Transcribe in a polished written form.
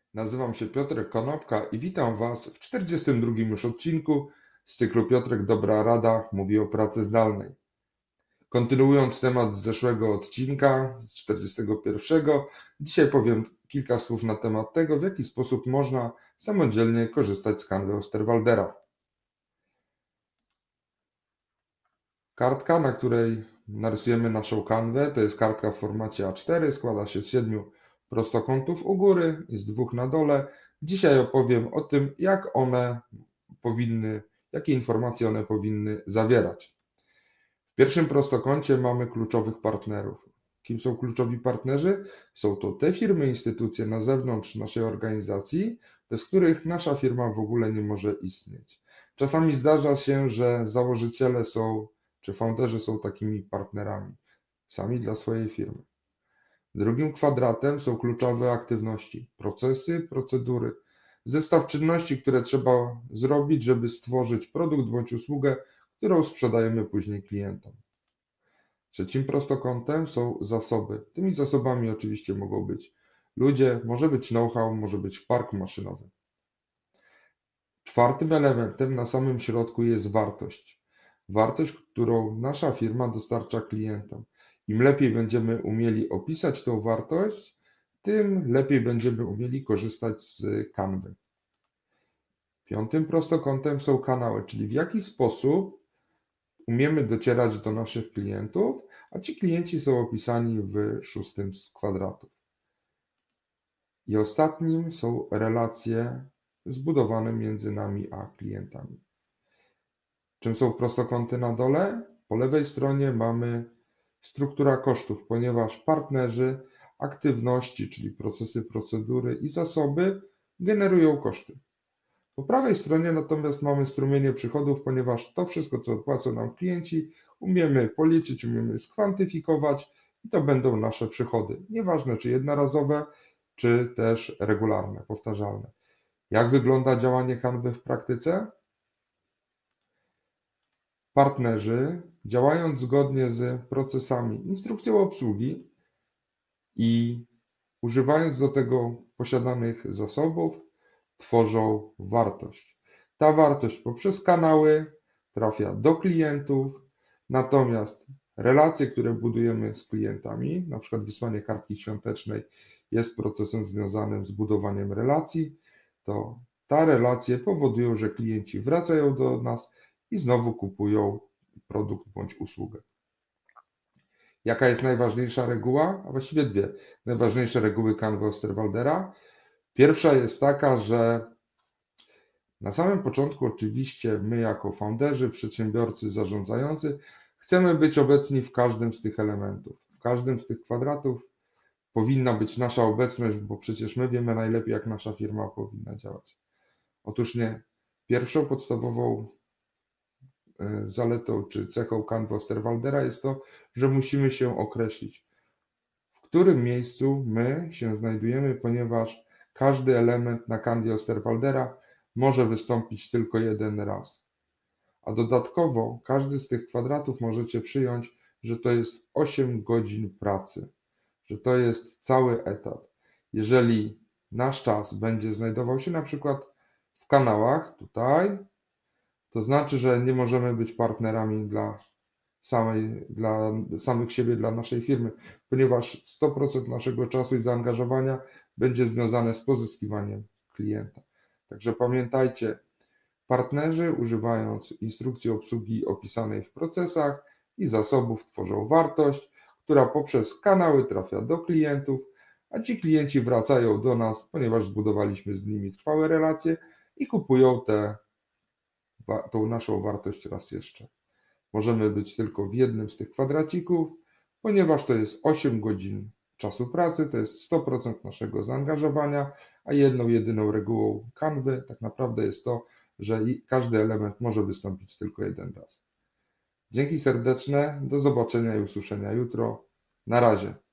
Nazywam się Piotrek Konopka i witam Was w 42. już odcinku z cyklu Piotrek Dobra Rada mówi o pracy zdalnej. Kontynuując temat z zeszłego odcinka, z 41, dzisiaj powiem kilka słów na temat tego, w jaki sposób można samodzielnie korzystać z kanwy Osterwaldera. Kartka, na której narysujemy naszą kanwę, to jest kartka w formacie A4, składa się z 7 prostokątów u góry i z 2 na dole. Dzisiaj opowiem o tym, jakie informacje one powinny zawierać. W pierwszym prostokącie mamy kluczowych partnerów. Kim są kluczowi partnerzy? Są to te firmy, instytucje na zewnątrz naszej organizacji, bez których nasza firma w ogóle nie może istnieć. Czasami zdarza się, że założyciele czy founderzy są takimi partnerami, sami dla swojej firmy. Drugim kwadratem są kluczowe aktywności, procesy, procedury, zestaw czynności, które trzeba zrobić, żeby stworzyć produkt bądź usługę, którą sprzedajemy później klientom. Trzecim prostokątem są zasoby. Tymi zasobami oczywiście mogą być ludzie, może być know-how, może być park maszynowy. Czwartym elementem na samym środku jest wartość. Wartość, którą nasza firma dostarcza klientom. Im lepiej będziemy umieli opisać tą wartość, tym lepiej będziemy umieli korzystać z kanwy. Piątym prostokątem są kanały, czyli w jaki sposób umiemy docierać do naszych klientów, a ci klienci są opisani w 6 z kwadratów. I ostatnim są relacje zbudowane między nami a klientami. Czym są prostokąty na dole? Po lewej stronie mamy struktura kosztów, ponieważ partnerzy, aktywności, czyli procesy, procedury i zasoby generują koszty. Po prawej stronie natomiast mamy strumienie przychodów, ponieważ to wszystko, co płacą nam klienci, umiemy policzyć, umiemy skwantyfikować i to będą nasze przychody. Nieważne, czy jednorazowe, czy też regularne, powtarzalne. Jak wygląda działanie kanwy w praktyce? Partnerzy, działając zgodnie z procesami, instrukcją obsługi i używając do tego posiadanych zasobów, tworzą wartość. Ta wartość poprzez kanały trafia do klientów, natomiast relacje, które budujemy z klientami, na przykład wysłanie kartki świątecznej jest procesem związanym z budowaniem relacji, to te relacje powodują, że klienci wracają do nas i znowu kupują produkt bądź usługę. Jaka jest najważniejsza reguła? A właściwie dwie najważniejsze reguły kanwy Osterwaldera. Pierwsza jest taka, że na samym początku oczywiście my jako founderzy, przedsiębiorcy, zarządzający chcemy być obecni w każdym z tych elementów. W każdym z tych kwadratów powinna być nasza obecność, bo przecież my wiemy najlepiej, jak nasza firma powinna działać. Otóż nie. Pierwszą podstawową zaletą czy cechą kanwy Osterwaldera jest to, że musimy się określić, w którym miejscu my się znajdujemy, ponieważ każdy element na kanwie Osterwaldera może wystąpić tylko jeden raz. A dodatkowo każdy z tych kwadratów możecie przyjąć, że to jest 8 godzin pracy, że to jest cały etat. Jeżeli nasz czas będzie znajdował się na przykład w kanałach tutaj, to znaczy, że nie możemy być partnerami dla samych siebie, dla naszej firmy, ponieważ 100% naszego czasu i zaangażowania będzie związane z pozyskiwaniem klienta. Także pamiętajcie, partnerzy, używając instrukcji obsługi opisanej w procesach i zasobów, tworzą wartość, która poprzez kanały trafia do klientów, a ci klienci wracają do nas, ponieważ zbudowaliśmy z nimi trwałe relacje i kupują tą naszą wartość raz jeszcze. Możemy być tylko w jednym z tych kwadracików, ponieważ to jest 8 godzin czasu pracy, to jest 100% naszego zaangażowania, a jedną jedyną regułą kanwy tak naprawdę jest to, że każdy element może wystąpić tylko jeden raz. Dzięki serdeczne, do zobaczenia i usłyszenia jutro. Na razie.